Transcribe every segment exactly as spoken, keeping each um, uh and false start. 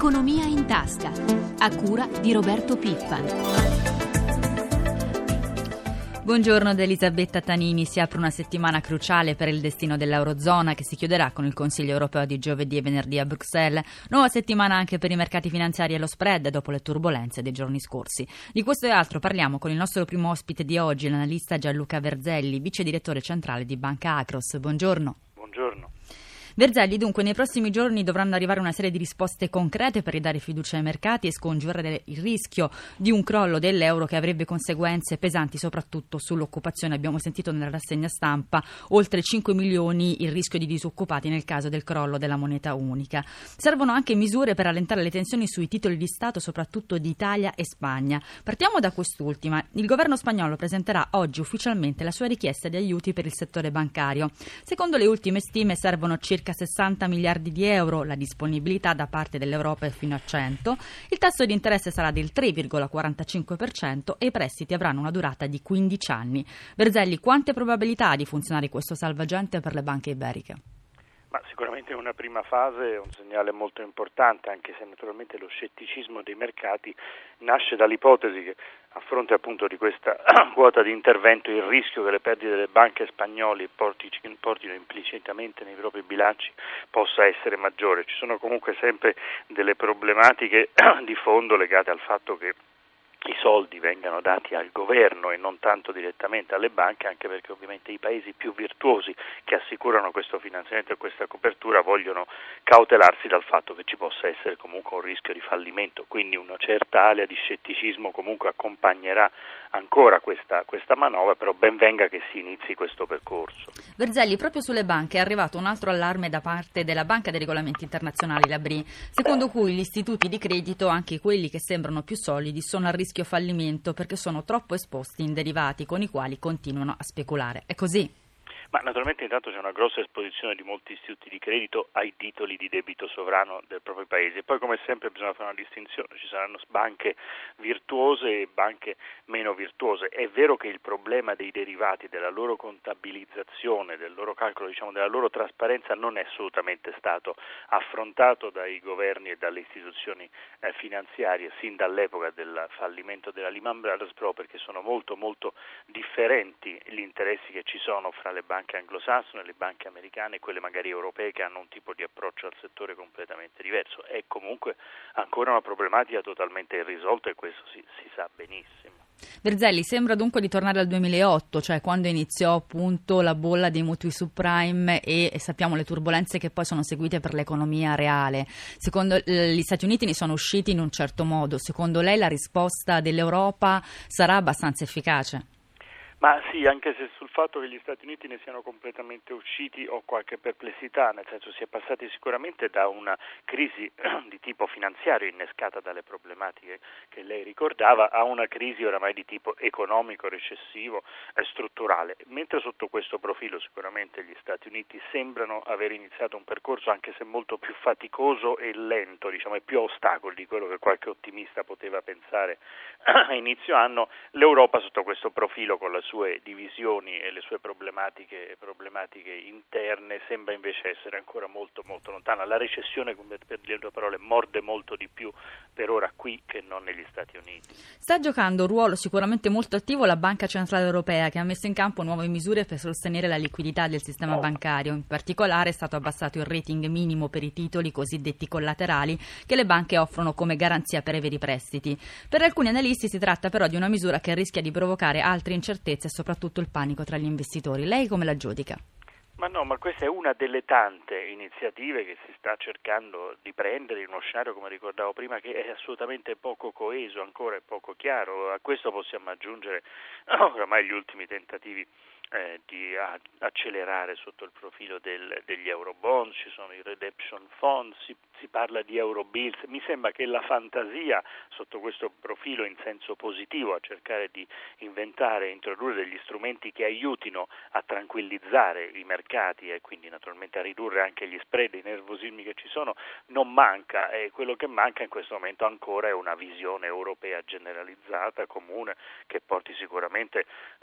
Economia in tasca, a cura di Roberto Pippan. Buongiorno da Elisabetta Tanini. Si apre una settimana cruciale per il destino dell'Eurozona che si chiuderà con il Consiglio europeo di giovedì e venerdì a Bruxelles. Nuova settimana anche per i mercati finanziari e lo spread dopo le turbulenze dei giorni scorsi. Di questo e altro parliamo con il nostro primo ospite di oggi, l'analista Gianluca Verzelli, vice direttore centrale di Banca Akros. Buongiorno. Buongiorno. Verzelli, dunque, nei prossimi giorni dovranno arrivare una serie di risposte concrete per ridare fiducia ai mercati e scongiurare il rischio di un crollo dell'euro che avrebbe conseguenze pesanti soprattutto sull'occupazione. Abbiamo sentito nella rassegna stampa oltre cinque milioni il rischio di disoccupati nel caso del crollo della moneta unica. Servono anche misure per allentare le tensioni sui titoli di Stato, soprattutto di Italia e Spagna. Partiamo da quest'ultima. Il governo spagnolo presenterà oggi ufficialmente la sua richiesta di aiuti per il settore bancario. Secondo le ultime stime servono circa sessanta miliardi di euro, la disponibilità da parte dell'Europa è fino a cento, il tasso di interesse sarà del tre virgola quarantacinque per cento e i prestiti avranno una durata di quindici anni. Verzelli, quante probabilità ha di funzionare questo salvagente per le banche iberiche? Ma sicuramente una prima fase è un segnale molto importante, anche se naturalmente lo scetticismo dei mercati nasce dall'ipotesi che a fronte appunto di questa quota di intervento il rischio che le perdite delle banche spagnole portino implicitamente nei propri bilanci possa essere maggiore. Ci sono comunque sempre delle problematiche di fondo legate al fatto che i soldi vengano dati al governo e non tanto direttamente alle banche, anche perché ovviamente i paesi più virtuosi che assicurano questo finanziamento e questa copertura vogliono cautelarsi dal fatto che ci possa essere comunque un rischio di fallimento, quindi una certa area di scetticismo comunque accompagnerà ancora questa, questa manovra, però ben venga che si inizi questo percorso. Verzelli, proprio sulle banche è arrivato un altro allarme da parte della Banca dei Regolamenti Internazionali, la B R I, secondo cui gli istituti di credito, anche quelli che sembrano più solidi, sono a rischio fallimento perché sono troppo esposti in derivati con i quali continuano a speculare. È così? Ma naturalmente intanto c'è una grossa esposizione di molti istituti di credito ai titoli di debito sovrano del proprio paese. Poi, come sempre, bisogna fare una distinzione: ci saranno banche virtuose e banche meno virtuose. È vero che il problema dei derivati, della loro contabilizzazione, del loro calcolo, diciamo della loro trasparenza non è assolutamente stato affrontato dai governi e dalle istituzioni eh, finanziarie sin dall'epoca del fallimento della Lehman Brothers, proprio perché sono molto molto differenti gli interessi che ci sono fra le banche banche anglosassone, le banche americane e quelle magari europee che hanno un tipo di approccio al settore completamente diverso. È comunque ancora una problematica totalmente irrisolta e questo si, si sa benissimo. Verzelli, sembra dunque di tornare al duemilaotto, cioè quando iniziò appunto la bolla dei mutui subprime e, e sappiamo le turbulenze che poi sono seguite per l'economia reale. Secondo eh, gli Stati Uniti ne sono usciti in un certo modo. Secondo lei la risposta dell'Europa sarà abbastanza efficace? Ma sì, anche se sul fatto che gli Stati Uniti ne siano completamente usciti ho qualche perplessità, nel senso si è passati sicuramente da una crisi di tipo finanziario innescata dalle problematiche che lei ricordava a una crisi oramai di tipo economico, recessivo e strutturale, mentre sotto questo profilo sicuramente gli Stati Uniti sembrano aver iniziato un percorso anche se molto più faticoso e lento, diciamo, e più ostacoli di quello che qualche ottimista poteva pensare a inizio anno. L'Europa sotto questo profilo con la sue divisioni e le sue problematiche problematiche interne sembra invece essere ancora molto molto lontana. La recessione, per dire due parole, morde molto di più per ora qui che non negli Stati Uniti. Sta giocando un ruolo sicuramente molto attivo la Banca Centrale Europea, che ha messo in campo nuove misure per sostenere la liquidità del sistema bancario. In particolare è stato abbassato il rating minimo per i titoli cosiddetti collaterali che le banche offrono come garanzia per i veri prestiti. Per alcuni analisti si tratta però di una misura che rischia di provocare altre incertezze e soprattutto il panico tra gli investitori. Lei come la giudica? Ma no, ma questa è una delle tante iniziative che si sta cercando di prendere in uno scenario, come ricordavo prima, che è assolutamente poco coeso, ancora è poco chiaro. A questo possiamo aggiungere oramai gli ultimi tentativi Eh, di a, accelerare sotto il profilo del, degli Eurobonds, ci sono i redemption funds, si, si parla di Eurobills. Mi sembra che la fantasia sotto questo profilo in senso positivo a cercare di inventare e introdurre degli strumenti che aiutino a tranquillizzare i mercati e quindi naturalmente a ridurre anche gli spread, i nervosismi che ci sono, non manca, e quello che manca in questo momento ancora è una visione europea generalizzata, comune, che porti sicuramente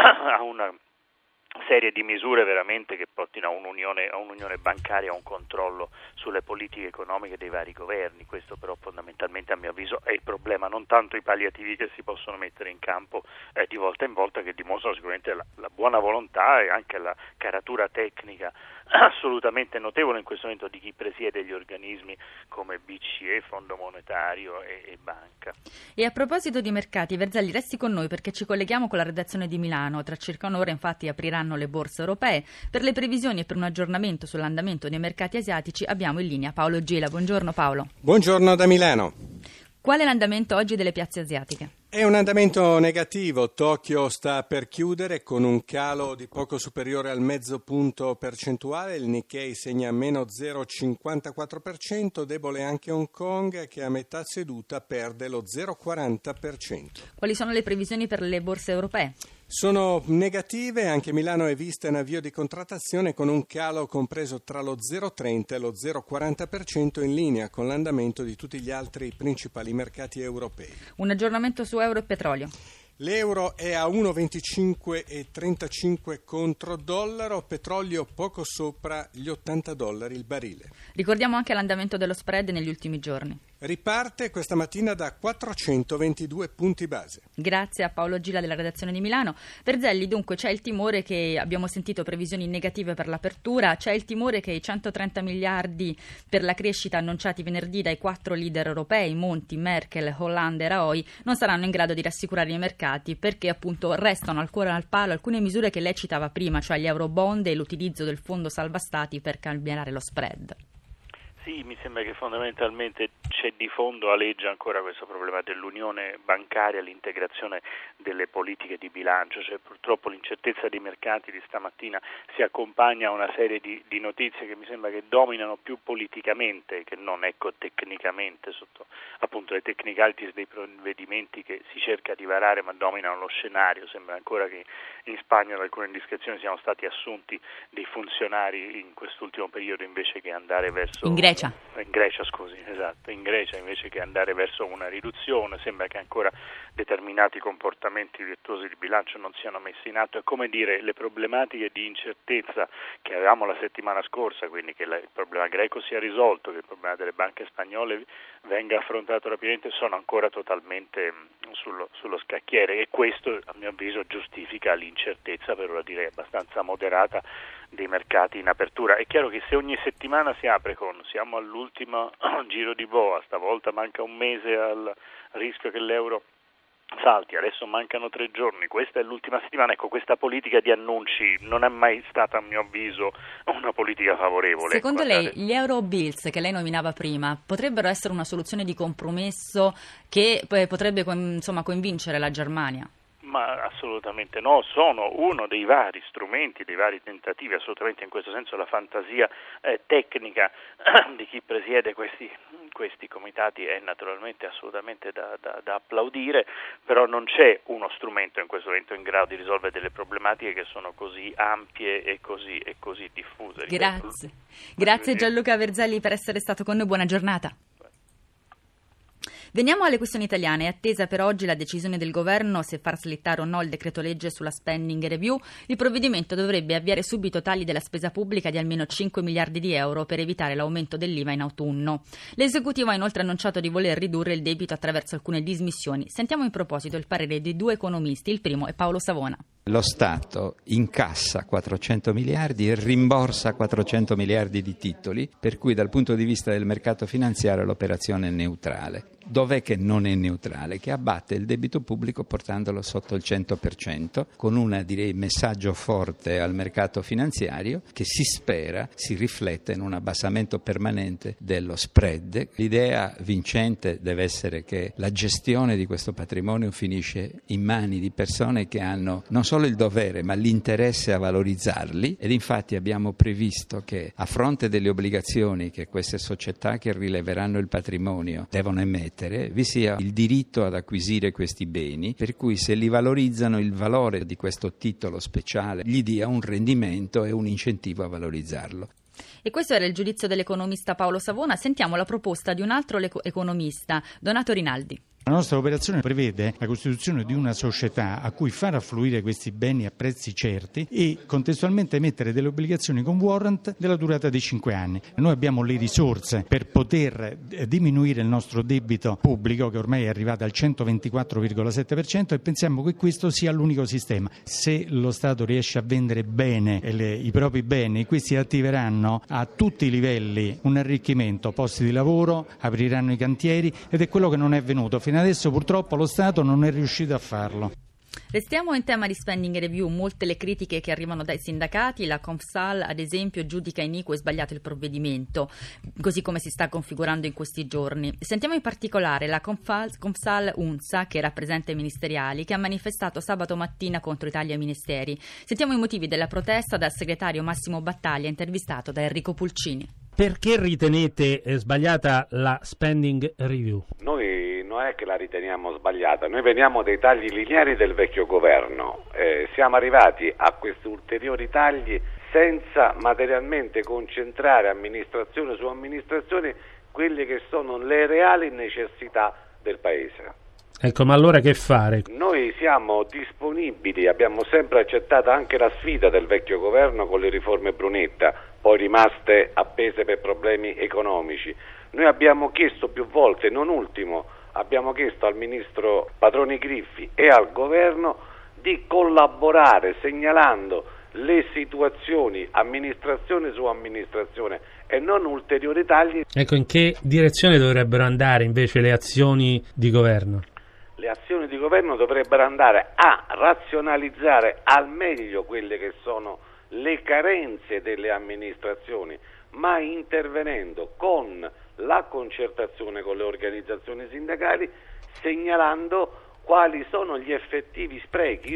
a una serie di misure veramente che portino a un'unione, a un'unione bancaria, a un controllo sul sulle politiche economiche dei vari governi. Questo però fondamentalmente, a mio avviso, è il problema, non tanto i palliativi che si possono mettere in campo eh, di volta in volta, che dimostrano sicuramente la, la buona volontà e anche la caratura tecnica assolutamente notevole in questo momento di chi presiede gli organismi come B C E, Fondo Monetario e, e Banca. E a proposito di mercati, Verzelli, resti con noi perché ci colleghiamo con la redazione di Milano. Tra circa un'ora infatti apriranno le borse europee. Per le previsioni e per un aggiornamento sull'andamento dei mercati asiatici abbiamo in linea Paolo Gela. Buongiorno Paolo. Buongiorno da Milano. Qual è l'andamento oggi delle piazze asiatiche? È un andamento negativo. Tokyo sta per chiudere con un calo di poco superiore al mezzo punto percentuale. Il Nikkei segna meno zero virgola cinquantaquattro per cento, debole anche Hong Kong che a metà seduta perde lo zero virgola quaranta per cento. Quali sono le previsioni per le borse europee? Sono negative, anche Milano è vista in avvio di contrattazione con un calo compreso tra lo zero virgola trenta e lo zero virgola quaranta per cento in linea con l'andamento di tutti gli altri principali mercati europei. Un aggiornamento su euro e petrolio. L'euro è a uno virgola venticinque e trentacinque contro dollaro, petrolio poco sopra gli ottanta dollari il barile. Ricordiamo anche l'andamento dello spread negli ultimi giorni. Riparte questa mattina da quattrocentoventidue punti base. Grazie a Paolo Gila della redazione di Milano. Verzelli, dunque c'è il timore che, abbiamo sentito previsioni negative per l'apertura, c'è il timore che i centotrenta miliardi per la crescita annunciati venerdì dai quattro leader europei, Monti, Merkel, Hollande e Rajoy, non saranno in grado di rassicurare i mercati perché appunto restano ancora al palo alcune misure che lei citava prima, cioè gli eurobond e l'utilizzo del fondo salva stati per cambiare lo spread. Sì, mi sembra che fondamentalmente c'è di fondo, aleggia ancora questo problema dell'unione bancaria, l'integrazione delle politiche di bilancio, cioè purtroppo l'incertezza dei mercati di stamattina si accompagna a una serie di, di notizie che mi sembra che dominano più politicamente che non ecco tecnicamente, sotto appunto le technicalities dei provvedimenti che si cerca di varare, ma dominano lo scenario. Sembra ancora che in Spagna da alcune indiscrezioni siano stati assunti dei funzionari in quest'ultimo periodo invece che andare verso in Grecia. In Grecia, scusi, esatto, in Grecia invece che andare verso una riduzione. Sembra che ancora determinati comportamenti virtuosi di bilancio non siano messi in atto. È come dire, le problematiche di incertezza che avevamo la settimana scorsa, quindi che il problema greco sia risolto, che il problema delle banche spagnole venga affrontato rapidamente, sono ancora totalmente sullo, sullo scacchiere, e questo a mio avviso giustifica l'incertezza, per ora direi abbastanza moderata, dei mercati in apertura. È chiaro che se ogni settimana si apre con siamo all'ultimo giro di boa, stavolta manca un mese al rischio che l'euro salti, adesso mancano tre giorni, questa è l'ultima settimana, ecco, questa politica di annunci non è mai stata a mio avviso una politica favorevole. Secondo Guardate, lei gli euro bills che lei nominava prima potrebbero essere una soluzione di compromesso che potrebbe insomma convincere la Germania? Ma assolutamente no, sono uno dei vari strumenti, dei vari tentativi, assolutamente in questo senso la fantasia eh, tecnica di chi presiede questi, questi comitati è naturalmente assolutamente da, da, da applaudire, però non c'è uno strumento in questo momento in grado di risolvere delle problematiche che sono così ampie e così, e così diffuse. Grazie, grazie Gianluca Verzelli per essere stato con noi, buona giornata. Veniamo alle questioni italiane. È attesa per oggi la decisione del governo se far slittare o no il decreto legge sulla spending review. Il provvedimento dovrebbe avviare subito tagli della spesa pubblica di almeno cinque miliardi di euro per evitare l'aumento dell'I V A in autunno. L'esecutivo ha inoltre annunciato di voler ridurre il debito attraverso alcune dismissioni. Sentiamo in proposito il parere di due economisti. Il primo è Paolo Savona. Lo Stato incassa quattrocento miliardi e rimborsa quattrocento miliardi di titoli, per cui dal punto di vista del mercato finanziario l'operazione è neutrale. Dov'è che non è neutrale? Che abbatte il debito pubblico portandolo sotto il cento per cento, con un direi messaggio forte al mercato finanziario che si spera si rifletta in un abbassamento permanente dello spread. L'idea vincente deve essere che la gestione di questo patrimonio finisce in mani di persone che hanno non solo il dovere ma l'interesse a valorizzarli, ed infatti abbiamo previsto che a fronte delle obbligazioni che queste società che rileveranno il patrimonio devono emettere vi sia il diritto ad acquisire questi beni, per cui se li valorizzano il valore di questo titolo speciale gli dia un rendimento e un incentivo a valorizzarlo. E questo era il giudizio dell'economista Paolo Savona. Sentiamo la proposta di un altro economista, Donato Rinaldi. La nostra operazione prevede la costituzione di una società a cui far affluire questi beni a prezzi certi e contestualmente emettere delle obbligazioni con warrant della durata di cinque anni. Noi abbiamo le risorse per poter diminuire il nostro debito pubblico, che ormai è arrivato al centoventiquattro virgola sette per cento, e pensiamo che questo sia l'unico sistema. Se lo Stato riesce a vendere bene le, i propri beni, questi attiveranno a tutti i livelli un arricchimento, posti di lavoro, apriranno i cantieri, ed è quello che non è venuto. Fino adesso purtroppo lo Stato non è riuscito a farlo. Restiamo in tema di spending review. Molte le critiche che arrivano dai sindacati. La Confsal, ad esempio, giudica iniquo e sbagliato il provvedimento, così come si sta configurando in questi giorni. Sentiamo in particolare la Confsal, Confsal Unsa, che rappresenta i ministeriali, che ha manifestato sabato mattina contro i tagli ai ministeri. Sentiamo i motivi della protesta dal segretario Massimo Battaglia, intervistato da Enrico Pulcini. Perché ritenete sbagliata la spending review? Noi non è che la riteniamo sbagliata, noi veniamo dai tagli lineari del vecchio governo, eh, siamo arrivati a questi ulteriori tagli senza materialmente concentrare amministrazione su amministrazione quelle che sono le reali necessità del Paese. Ecco, ma allora che fare? Noi siamo disponibili, abbiamo sempre accettato anche la sfida del vecchio governo con le riforme Brunetta, poi rimaste appese per problemi economici. Noi abbiamo chiesto più volte, non ultimo, abbiamo chiesto al ministro Patroni Griffi e al governo di collaborare segnalando le situazioni amministrazione su amministrazione e non ulteriori tagli. Ecco, in che direzione dovrebbero andare invece le azioni di governo? Le azioni di governo dovrebbero andare a razionalizzare al meglio quelle che sono le carenze delle amministrazioni, ma intervenendo con la concertazione con le organizzazioni sindacali, segnalando quali sono gli effettivi sprechi.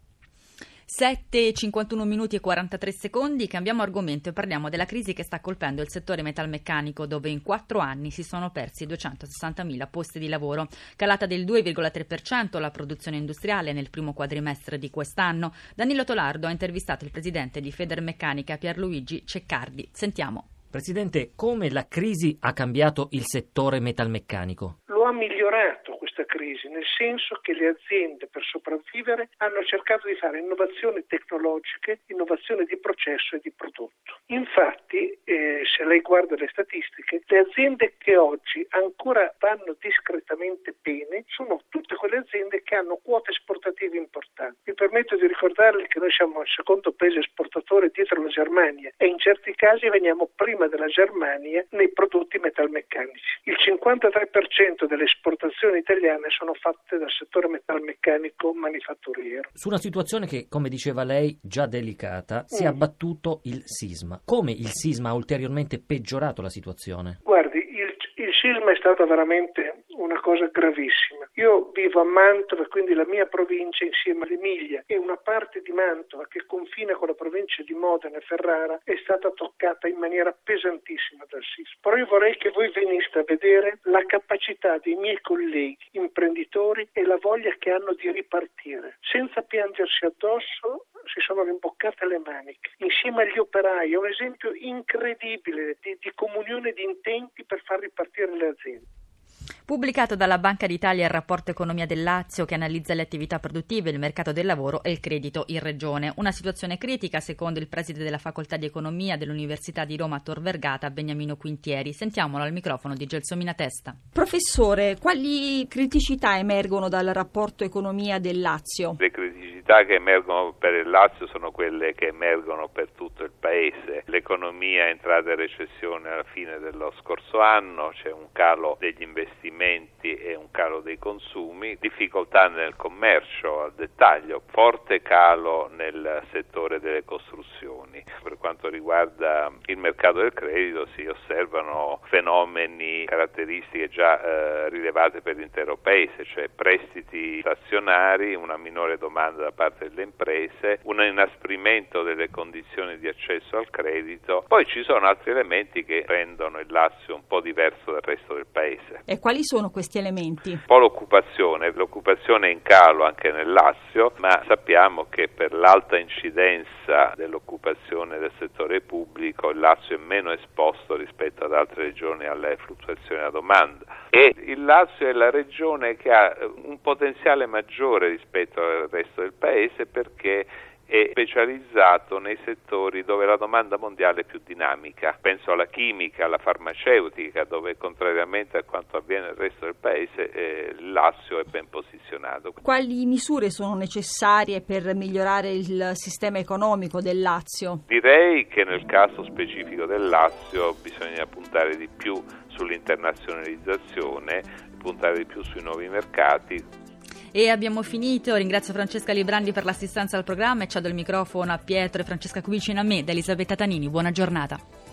sette e cinquantuno minuti e quarantatré secondi, cambiamo argomento e parliamo della crisi che sta colpendo il settore metalmeccanico, dove in quattro anni si sono persi duecentosessantamila posti di lavoro. Calata del due virgola tre per cento la produzione industriale nel primo quadrimestre di quest'anno. Danilo Tolardo ha intervistato il presidente di Federmeccanica Pierluigi Ceccardi. Sentiamo. Presidente, come la crisi ha cambiato il settore metalmeccanico? Lo ha migliorato questa crisi, nel senso che le aziende per sopravvivere hanno cercato di fare innovazioni tecnologiche, innovazione di processo e di prodotto. Infatti, eh, se lei guarda le statistiche, le aziende che oggi ancora vanno discretamente bene sono tutte quelle aziende che hanno quote esportative importanti. Mi permetto di ricordarle che noi siamo il secondo paese esportatore dietro la Germania e in certi casi veniamo prima della Germania nei prodotti metalmeccanici. Il cinquantatré per cento delle esportazioni italiane sono fatte dal settore metalmeccanico manifatturiero. Su una situazione che, come diceva lei, già delicata, si è abbattuto il sisma. Come il sisma ha ulteriormente peggiorato la situazione? Guardi, il, il sisma è stata veramente una cosa gravissima. Io vivo a Mantova, quindi la mia provincia insieme all'Emilia e una parte di Mantova che confina con la provincia di Modena e Ferrara è stata toccata in maniera pesantissima dal sisma. Però io vorrei che voi veniste a vedere la capacità dei miei colleghi imprenditori e la voglia che hanno di ripartire. Senza piangersi addosso si sono rimboccate le maniche. Insieme agli operai è un esempio incredibile di, di comunione di intenti per far ripartire le aziende. Pubblicato dalla Banca d'Italia il rapporto Economia del Lazio che analizza le attività produttive, il mercato del lavoro e il credito in regione. Una situazione critica secondo il preside della Facoltà di Economia dell'Università di Roma Tor Vergata, Beniamino Quintieri. Sentiamolo al microfono di Gelsomina Testa. Professore, quali criticità emergono dal rapporto Economia del Lazio? Le criticità che emergono per il Lazio sono quelle che emergono per tutto il Paese. L'economia è entrata in recessione alla fine dello scorso anno, c'è un calo degli investimenti e un calo dei consumi, difficoltà nel commercio al dettaglio, forte calo nel settore delle costruzioni. Per quanto riguarda il mercato del credito si osservano fenomeni, caratteristiche già eh, rilevate per l'intero Paese, cioè prestiti stazionari, una minore domanda da parte delle imprese, un inasprimento delle condizioni di accesso al credito. Poi ci sono altri elementi che rendono il Lazio un po' diverso dal resto del Paese. E quali sono questi elementi? Un po' l'occupazione, l'occupazione è in calo anche nel Lazio, ma sappiamo che per l'alta incidenza dell'occupazione del settore pubblico il Lazio è meno esposto rispetto ad altre regioni alle fluttuazioni della domanda e il Lazio è la regione che ha un potenziale maggiore rispetto al resto del paese perché è specializzato nei settori dove la domanda mondiale è più dinamica. Penso alla chimica, alla farmaceutica, dove contrariamente a quanto avviene nel resto del paese eh, il Lazio è ben posizionato. Quali misure sono necessarie per migliorare il sistema economico del Lazio? Direi che nel caso specifico del Lazio bisogna puntare di più sull'internazionalizzazione, puntare di più sui nuovi mercati. E abbiamo finito, ringrazio Francesca Librandi per l'assistenza al programma e cedo il microfono a Pietro e Francesca Cubicino, a me, da Elisabetta Tanini. Buona giornata.